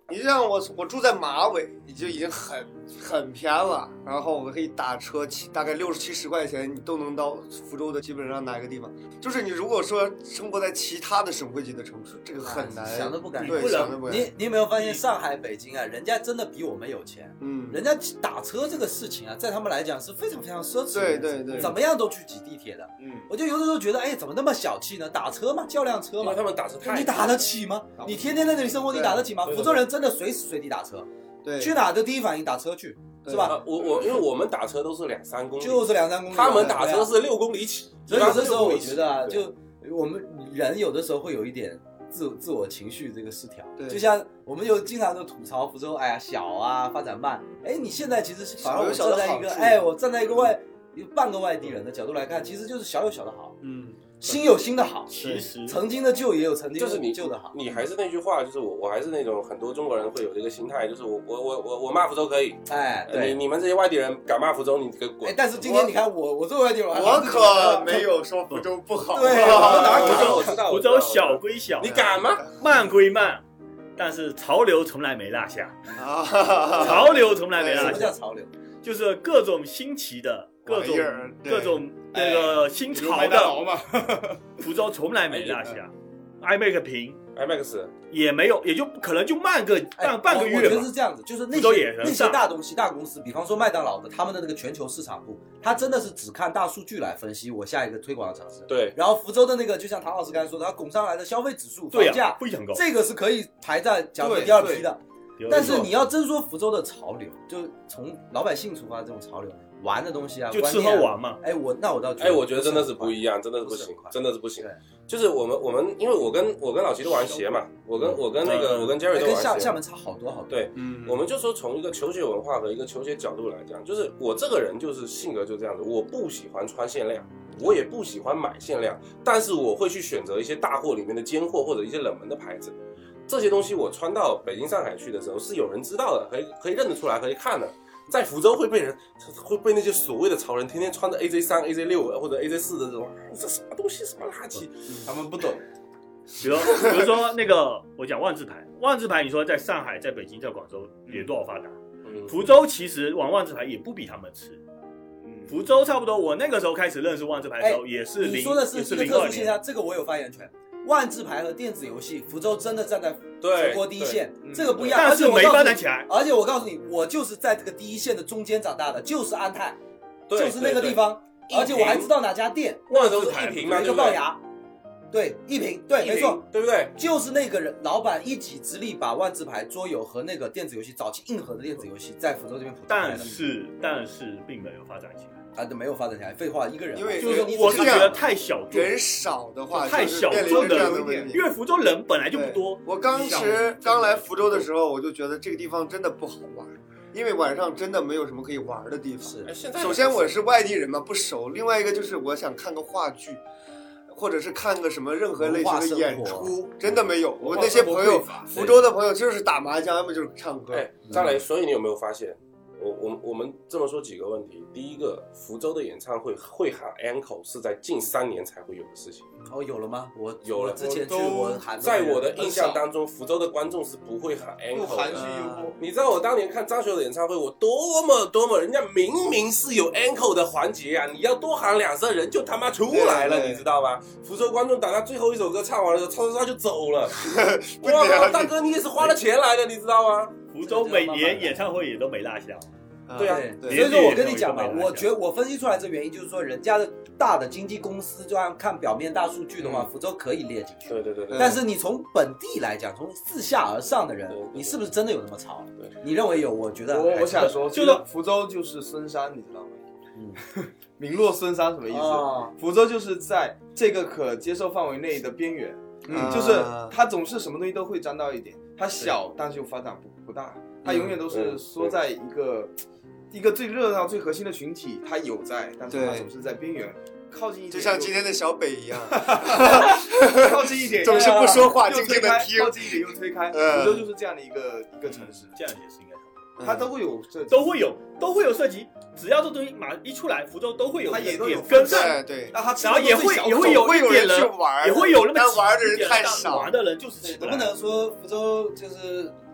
你像我，我住在马尾，你就已经很很偏了。然后我可以打车，大概六十七十块钱，你都能到福州的基本上哪一个地方。就是你如果说生活在其他的省会级的城市，这个很难， 想都不敢。 对，想都不敢。 你你有没有发现上海、北京啊，人家真的比我们有钱？嗯，人家打车这个事情啊，在他们来讲是非常非常奢侈的。 对对对， 怎么样都去挤地铁的。嗯，我就有的时候觉得，哎，怎么那么小气呢？打车嘛，叫辆车嘛。 因为他们打车太， 你打得起吗？你天天在这里生活，你打得起吗？福州人真的随时随地打车， 对， 去哪的第一反应打车去，是吧？ 我我因为我们打车都是两三公里， 就是两三公里， 他们打车是六公里起。 所以有的时候我觉得啊，就我们人有的时候会有一点自自我情绪这个失调，就像我们有经常就吐槽福州，哎呀小啊，发展慢。哎，你现在其实反而我站在一个，哎，我站在一个外半个外地人的角度来看，其实就是小有小的好，嗯。新有新的好， 其实曾经的旧也有曾经就是你旧的好。 你还是那句话，就是我我还是那种很多中国人会有这个心态，就是我我我我我骂福州可以， 哎，对， 你你们这些外地人敢骂福州，你给滚。 哎，但是今天你看我我作为外地人， 我可没有说福州不好。 对，我哪福州我知道， 福州小归小， 你敢吗？ 慢归慢，但是潮流从来没落下。潮流从来没落下。 什么叫潮流？ 就是各种新奇的。各种各种那个新潮的，福州从来没落下。iMac 屏 ，iMac 也没有，也就可能就慢个半半个月吧。 我觉得是这样子，就是那些那些大东西、大公司，比方说麦当劳的，他们的那个全球市场部，他真的是只看大数据来分析我下一个推广的城市。 对。 然后福州的那个，就像唐老师刚才说的，他拱上来的消费指数、房价非常高， 这个是可以排在讲的第二批的。但是你要真说福州的潮流，就从老百姓出发的这种潮流。玩的东西啊， 就吃喝玩嘛。 哎，我那我倒觉得， 哎，我觉得真的是不一样，真的是不行，真的是不行。就是我们我们，因为我跟我跟老齐都玩鞋嘛，我跟我跟那个我跟 Jerry 都玩鞋， 跟厦门差好多好多。 对，嗯，我们就说从一个球鞋文化和一个球鞋角度来讲，就是我这个人就是性格就这样子，我不喜欢穿限量，我也不喜欢买限量，但是我会去选择一些大货里面的尖货或者一些冷门的牌子。这些东西我穿到北京、上海去的时候是有人知道的，可以可以认得出来，可以看的。在福州会被人会被那些所谓的潮人天天穿着 A J 三、A J 六或者 A J 四的这种，这什么东西，什么垃圾， 他们不懂。 比如比如说那个我讲万字牌，万字牌你说在上海、在北京、在广州也多少发达？嗯、福州其实玩万字牌也不比他们迟。嗯、福州差不多，我那个时候开始认识万字牌的时候，也是零， 你说的是一个特殊现象，这个我有发言权。万字牌和电子游戏，福州真的站在全国第一线，这个不一样。 但是没发展起来。 而且我告诉你，我就是在这个第一线的中间长大的，就是安泰，就是那个地方。而且我还知道哪家店。 那时候是一瓶嘛， 一个龅牙。对，一瓶，对，没错， 对不对？ 就是那个人老板一己之力把万字牌、桌游和那个电子游戏，早期硬核的电子游戏在福州这边普及。 但是，但是并没有发展起来。 啊，没有发展起来，废话，一个人， 因为就是我是觉得太小众， 人少的话， 太小众的问题。 因为福州人本来就不多。 我当时刚来福州的时候，我就觉得这个地方真的不好玩，因为晚上真的没有什么可以玩的地方。 是， 首先我是外地人嘛，不熟；另外一个就是我想看个话剧。或者是看个什么任何类型的演出，真的没有。我那些朋友，福州的朋友就是打麻将，要么就是唱歌。 哎，张雷，所以你有没有发现，我我我们这么说几个问题？第一个，福州的演唱会会喊 encore 是在近三年才会有的事情。 哦，有了吗？我有了。 之前去我喊， 在我的印象当中，福州的观众是不会喊 encore 的。 不含蓄幽默。 你知道我当年看张学友的演唱会，我多么多么，人家明明是有 encore 的环节啊，你要多喊两声，人就他妈出来了，你知道吗？福州观众等他最后一首歌唱完了，唱唱就走了。哇，大哥，你也是花了钱来的，你知道吗？ 福州每年演唱会也都没落下。 对啊， 所以说我跟你讲嘛，我觉我分析出来这原因就是说，人家的大的经纪公司就按看表面大数据的话，福州可以列进去。 对对对对。 但是你从本地来讲，从自下而上的人，你是不是真的有那么潮？对，你认为有？我觉得我我想说，就是福州就是孙山，你知道吗？嗯，名落孙山什么意思？福州就是在这个可接受范围内的边缘，嗯，就是它总是什么东西都会沾到一点，它小但是又发展不不大，它永远都是缩在一个。一个最热闹、最核心的群体，它有在，但是它总是在边缘，靠近一点， 就像今天的小北一样， 靠近一点， 总是不说话，静静的听， 靠近一点又推开。福州就是这样的一个一个城市， 这样解释应该它都会有涉及， 都会有，都会有涉及。只要这东西马一出来，福州都会有， 它也都有跟上，对， 然后也会也会有一点人去玩， 也会有那么但玩的人太少， 玩的人就是能不能说福州就是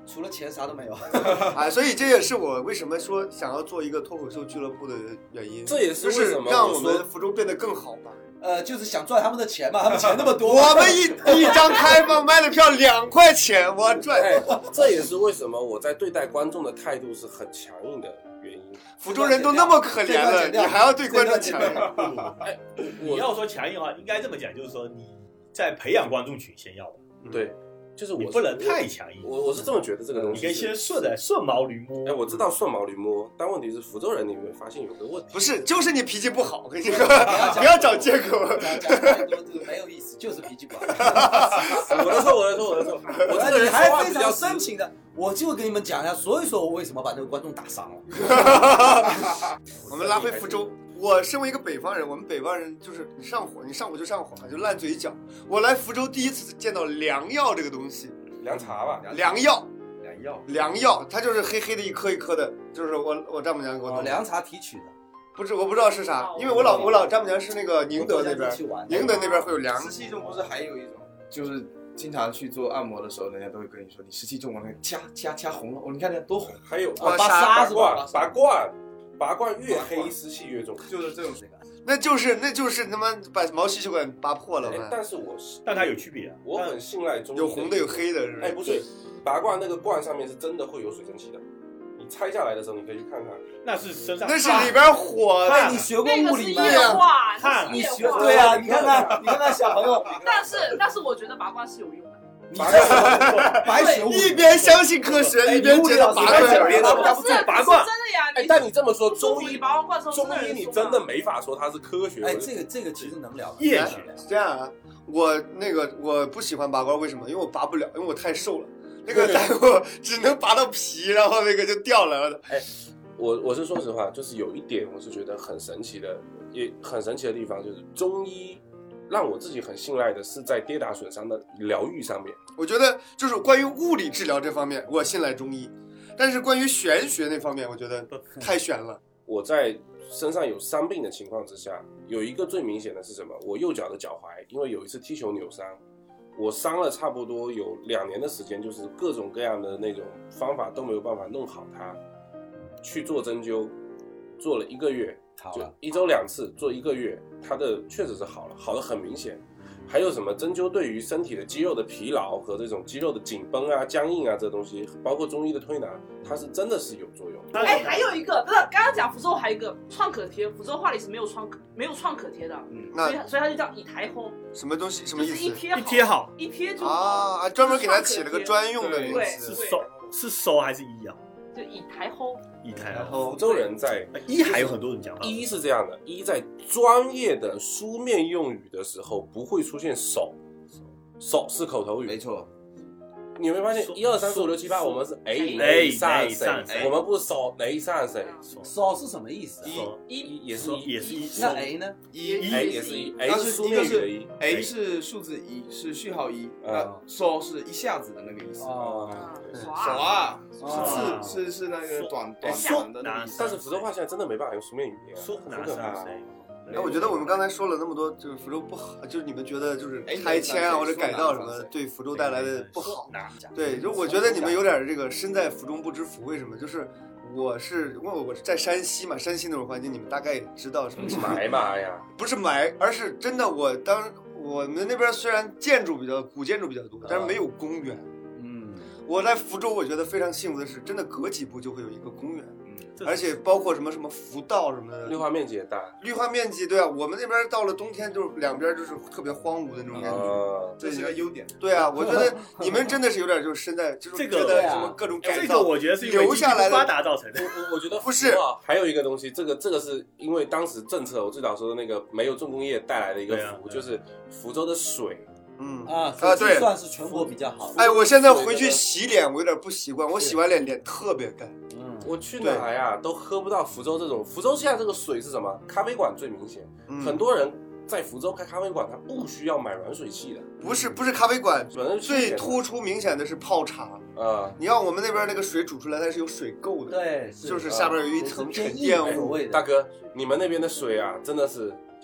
除了钱啥都没有。 啊，所以这也是我为什么说想要做一个脱口秀俱乐部的原因。 这也是为什么让我们福州变得更好吧。 呃，就是想赚他们的钱嘛，他们钱那么多。 我们一一张开放卖的票两块钱，我赚、 哎。这也是为什么我在对待观众的态度是很强硬的原因。 福州人都那么可怜了，你还要对观众强硬？ 哎，你要说强硬的话，应该这么讲，就是说你在培养观众群先要吧。 对。就是我你不能太强硬， 我我是这么觉得这个东西， 你可以先顺的顺毛驴摸。 哎，我知道顺毛驴摸，但问题是福州人，你有没有发现有个问题？ 不是，就是你脾气不好，我跟你说，不要找借口， 没有意思，就是脾气不好。 我的错，我的错，我的错。我这个人还非常深情的，我就跟你们讲一下，所以说我为什么把这个观众打伤了。 我们拉回福州。我身为一个北方人，我们北方人就是你上火，你上火就上火，就烂嘴角。我来福州第一次见到良药这个东西， 凉茶吧， 良药， 良药， 良药，它就是黑黑的一颗一颗的，就是我我丈母娘给我弄的。 凉茶提取的， 不是我不知道是啥，因为我老我老丈母娘是那个宁德那边，宁德那边会有凉。 湿气重不是还有一种，就是经常去做按摩的时候，人家都会跟你说，你湿气重，往那掐掐掐红了，哦，你看那多红。 还有拔痧是吧？ 拔罐。拔罐越黑，湿气越重， 就是这种这个， 那就是那就是他妈把毛细血管拔破了嘛、 哎。但是我是， 但它有区别啊， 我很信赖中医， 有红的有黑的，是吧？ 哎，不是，拔罐那个罐上面是真的会有水蒸气的，你拆下来的时候你可以去看看， 那是身上， 那是里边火。 哎，你学过物理吗？ 那个是液化， 看你学对啊，你看看，你看看小朋友。 但是但是我觉得拔罐是有用的。 你这白学一边相信科学，一边觉得拔罐不是拔罐真的呀。 哎，但你这么说，中医拔完罐之后， 中医你真的没法说它是科学。 哎，这个这个其实能聊。 验学这样啊，我那个我不喜欢拔罐，为什么？因为我拔不了，因为我太瘦了。那个大夫只能拔到皮，然后那个就掉了。 哎，我我是说实话，就是有一点我是觉得很神奇的，也很神奇的地方就是中医。让我自己很信赖的是在跌打损伤的疗愈上面。 我觉得就是关于物理治疗这方面，我信赖中医，但是关于玄学那方面，我觉得太玄了。 我在身上有伤病的情况之下，有一个最明显的是什么？我右脚的脚踝，因为有一次踢球扭伤，我伤了差不多有两年的时间，就是各种各样的那种方法都没有办法弄好它，去做针灸，做了一个月。就一周两次做一个月，它的确实是好了，好的很明显。还有什么针灸对于身体的肌肉的疲劳和这种肌肉的紧绷啊、僵硬啊这东西，包括中医的推拿，它是真的是有作用。 哎，还有一个，不是刚刚讲福州还有一个创可贴，福州话里是没有创没有创可贴的，嗯，所以所以它就叫以台烘。 什么东西？什么意思？ 就是一贴好， 一贴好， 一贴就啊，专门给它起了个专用的名字。是收是收还是医啊？ 就以台烘。 以台烘。福州人在医还有很多人讲， 医是这样的，医在专业的书面用语的时候不会出现手，手是口头语， 没错。 你有没有发现一二三四五六七八，我们是 A A 三三，我们不是手 A 三三。 手是什么意思？ 一一也是一也是一。 那 A 呢？ 一 A 也是一 ，A 是书面语的一 ，A 是数字一，是序号一，那手是一下子的那个意思。 哦， 手啊，是字是是那个短短短的那个意思。 但是福州话现在真的没办法用书面语言， 说哪是谁？ 哎，我觉得我们刚才说了那么多，就是福州不好，就是你们觉得就是拆迁啊或者改造什么对福州带来的不好。对，就我觉得你们有点这个身在福中不知福。为什么？就是我是因为我是在山西嘛，山西那种环境，你们大概也知道什么埋嘛呀？ 不是埋，而是真的。我当我们那边虽然建筑比较古建筑比较多，但是没有公园。 嗯， 我在福州，我觉得非常幸福的是，真的隔几步就会有一个公园。而且包括什么什么福道什么的， 绿化面积也大。 绿化面积对啊，我们那边到了冬天就是两边就是特别荒芜的那种感觉， 呃、 这是个优点。 对啊，我觉得你们真的是有点就是身在就是这个觉得什么各种改造， 这个我觉得是留下来的发达造成的。 我我觉得不是， 还有一个东西，这个这个是因为当时政策，我最早说的那个没有重工业带来的一个福，就是福州的水。 嗯啊啊，对， 算是全国比较好。 哎，我现在回去洗脸，我有点不习惯，我洗完脸脸特别干。 嗯， 我去哪呀都喝不到福州这种。福州现在这个水是什么？咖啡馆最明显， 嗯、 很多人在福州开咖啡馆，他不需要买软水器的。 不是不是咖啡馆，最最突出明显的是泡茶啊、 呃。 你看我们那边那个水煮出来，它是有水垢的， 对， 就是下边有一层沉淀物。 大哥，你们那边的水啊，真的是。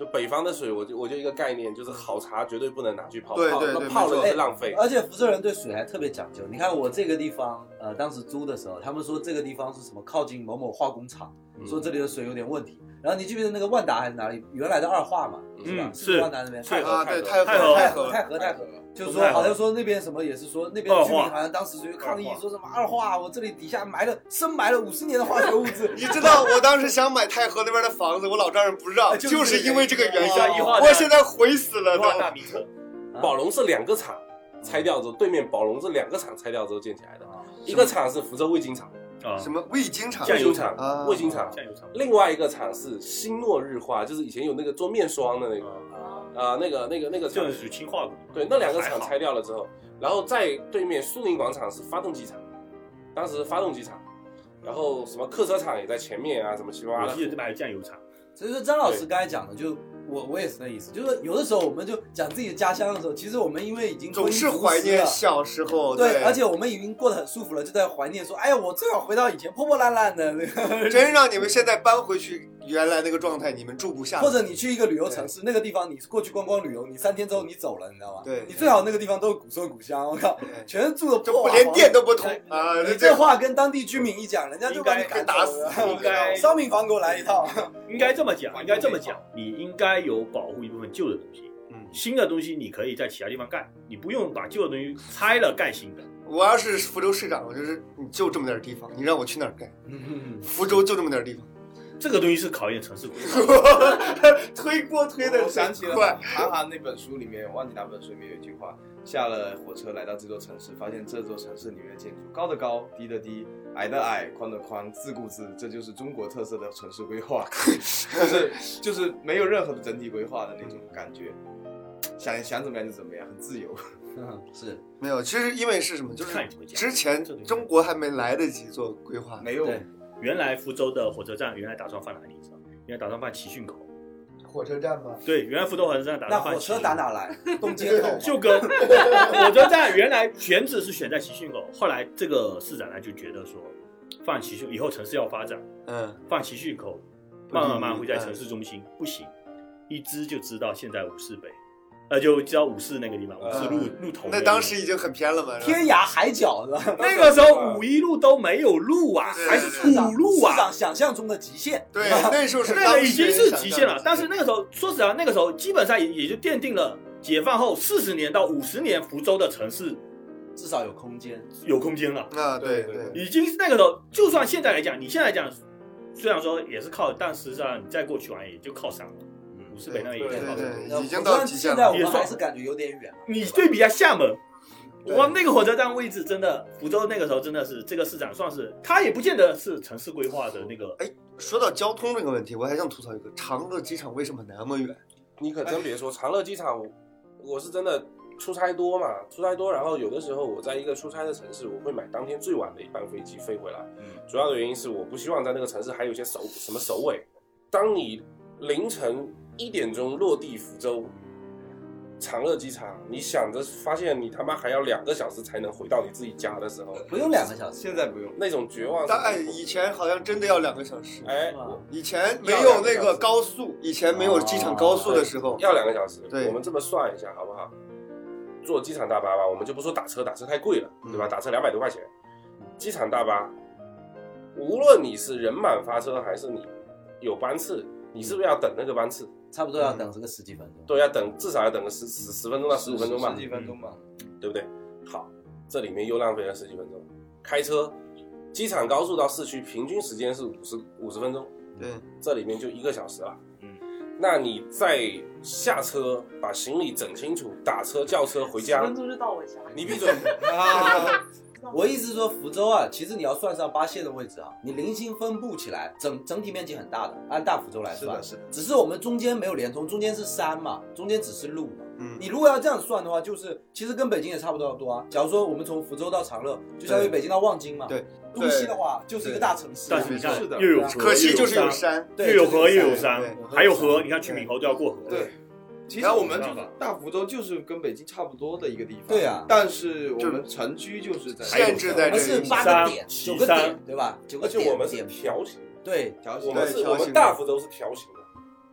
就北方的水，我就我就一个概念，就是好茶绝对不能拿去泡， 对对对， 那泡了是浪费。 而且福州人对水还特别讲究。你看我这个地方，呃，当时租的时候，他们说这个地方是什么靠近某某化工厂，嗯、说这里的水有点问题。然后你记不记得那个万达还是哪里原来的二化嘛，是吧？ 嗯、是万达那边。 太和对太和太和太和太和太和。就是说，好像说那边什么也是说那边居民好像当时就抗议说什么二化，我这里底下埋了深埋了五十年的化学物质。 你知道我当时想买太和那边的房子，我老丈人不让，就是、就是因为这个原因。我现在悔死了都。 大名城， 宝龙是两个厂拆掉之后，对面宝龙是两个厂拆掉之后建起来的，一个厂是福州味精厂。 啊，什么味精厂、 酱油厂、啊、味精厂， 酱油厂。 另外一个厂是新诺日化，就是以前有那个做面霜的那个啊、呃，那个那个那个厂， 这是氢化物。 对，那两个厂拆掉了之后，然后在对面苏宁广场是发动机厂，当时是发动机厂，然后什么客车厂也在前面啊，什么七八八的。 我记得这边还有酱油厂。 所以说张老师刚才讲的就。我我也是那意思，就是有的时候我们就讲自己的家乡的时候，其实我们因为已经总是怀念小时候， 对，对而且我们已经过得很舒服了，就在怀念说，哎呀，我最好回到以前破破烂烂的那个。 真让你们现在搬回去原来那个状态，你们住不下。 或者你去一个旅游城市，那个地方你过去观光旅游，你三天之后你走了，你知道吗？ 对， 你最好那个地方都是古色古香，我靠，全是住的破，连电都不通啊！ 你这话跟当地居民一讲，人家就把你赶打死。 应该烧饼房给我来一套。 应该这么讲，应该这么讲，你应该有保护一部分旧的东西，嗯，新的东西你可以在其他地方干，你不用把旧的东西拆了干新的。 我要是福州市长，我就是你就这么点地方，你让我去哪儿干？嗯、福州就这么点地方。 这个东西是考验城市规划， 推锅推的。 我想起了韩寒那本书里面，我忘记哪本书里面有一句话：下了火车来到这座城市，发现这座城市里面的建筑高的高，低的低，矮的矮，宽的宽，自顾自，这就是中国特色的城市规划，就是就是没有任何的整体规划的那种感觉，想想怎么样就怎么样，很自由。 嗯，是没有，其实因为是什么，就是之前中国还没来得及做规划， 没有。 原来福州的火车站原来打算放哪里？你知道？原来打算放岐训口。 火车站吗？ 对，原来福州火车站打算放。 那火车打哪来？东街口。 就跟火车站原来选址是选在岐训口，后来这个市长呢就觉得说，放岐训以后城市要发展，嗯，放岐训口，慢慢慢会在城市中心，不行，一支就知道现在五市北。呃，就知道五市那个地方，五市路路头。 那当时已经很偏了嘛， 天涯海角是吧？ 那个时候五一路都没有路啊，还是土路啊， 市长想象中的极限。 对，那时候是那个已经是极限了。但是那个时候，说实话，那个时候基本上也也就奠定了解放后四十年到五十年福州的城市至少有空间， 有空间了。 啊，对对， 已经是那个时候，就算现在来讲，你现在讲，虽然说也是靠，但实际上你再过去玩也就靠山了。五市北那也靠已经到极限了， 现在我们还是感觉有点远。 你对比一下厦门，哇，那个火车站位置真的，福州那个时候真的是这个市长算是，他也不见得是城市规划的那个。 哎，说到交通这个问题，我还想吐槽一个，长乐机场为什么那么远？ 你可真别说，长乐机场，我是真的出差多嘛，出差多，然后有的时候我在一个出差的城市，我会买当天最晚的一班飞机飞回来。嗯，主要的原因是我不希望在那个城市还有一些首什么首尾。当你凌晨一点钟落地福州长乐机场，你想着发现你他妈还要两个小时才能回到你自己家的时候， 不用两个小时， 现在不用， 那种绝望。 但哎，以前好像真的要两个小时。 哎， 以前没有那个高速，以前没有机场高速的时候， 要两个小时。 对， 我们这么算一下好不好？坐机场大巴吧，我们就不说打车，打车太贵了，对吧？打车两百多块钱，机场大巴，无论你是人满发车还是你有班次。你是不是要等那个班次？ 差不多要等这个十几分钟。 对，要等，至少要等个十十十分钟到十五分钟吧。 十几分钟吧， 对不对？好，这里面又浪费了十几分钟。开车，机场高速到市区平均时间是五十五十分钟， 对， 这里面就一个小时了。嗯，那你再下车把行李整清楚，打车叫车回家， 十分钟就到我家。 你闭嘴啊！我意思是说，福州啊，其实你要算上八线的位置啊，你零星分布起来，整整体面积很大的。按大福州来算， 是的，是的。 只是我们中间没有连通，中间是山嘛，中间只是路嘛。嗯，你如果要这样算的话，就是其实跟北京也差不多多啊。假如说我们从福州到长乐，就相当于北京到望京嘛。对，都西的话就是一个大城市。 但是你看， 是的， 又有河， 可惜就是有山， 又有河又有山，还有河。你看去闽侯都要过河。 对。其实我们就是大福州，就是跟北京差不多的一个地方。 对啊， 但是我们城区就是在限制在这里， 是八个点、九个点，对吧？九个点， 而且我们是条形， 对， 条形。我们是我们大福州是条形的，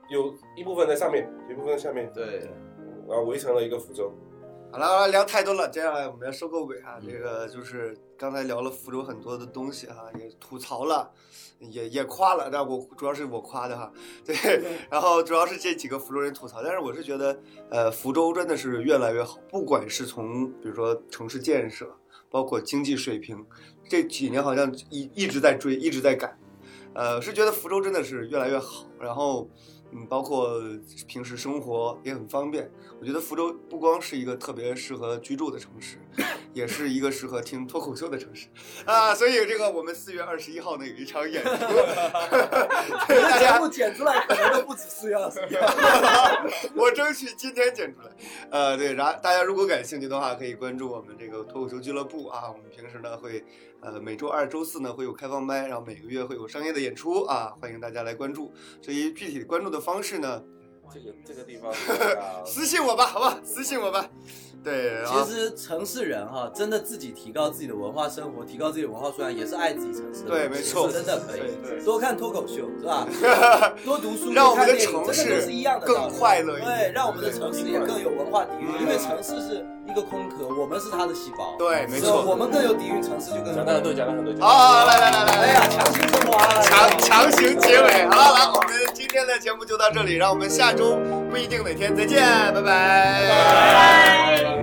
有一部分在上面，有一部分在下面， 对， 然后围成了一个福州。 好了，好了，聊太多了，接下来我们要收个尾啊。这个就是刚才聊了福州很多的东西哈，也吐槽了，也也夸了，但我主要是我夸的哈，对，然后主要是这几个福州人吐槽，但是我是觉得，呃，福州真的是越来越好，不管是从比如说城市建设，包括经济水平，这几年好像一一直在追，一直在赶，呃，是觉得福州真的是越来越好，然后。嗯，包括平时生活也很方便。我觉得福州不光是一个特别适合居住的城市，也是一个适合听脱口秀的城市啊。所以这个我们四月二十一号呢有一场演出， 大家节目剪出来可能都不止四月二十一号， 我争取今天剪出来。呃，对，然后大家如果感兴趣的话，可以关注我们这个脱口秀俱乐部啊。我们平时呢会呃每周二、周四呢会有开放麦，然后每个月会有商业的演出啊，欢迎大家来关注。至于具体关注的方式呢， 这个这个地方私信我吧，好吧，私信我吧。对， 其实城市人哈，真的自己提高自己的文化生活，提高自己的文化素养，也是爱自己城市的。 对，没错， 真的可以多看脱口秀，是吧？多读书， 让我们的城市是一样的更快乐一点。 对，让我们的城市也更有文化底蕴，因为城市是一个空壳，我们是它的细胞。 对，没错， 我们更有底蕴，城市就更有。 讲得很对，讲得很对。 好，来来来来， 哎呀，强行升华， 强强行结尾。好了，来，我们今天的节目就到这里，让我们下周不一定哪天再见，拜拜。 拜拜。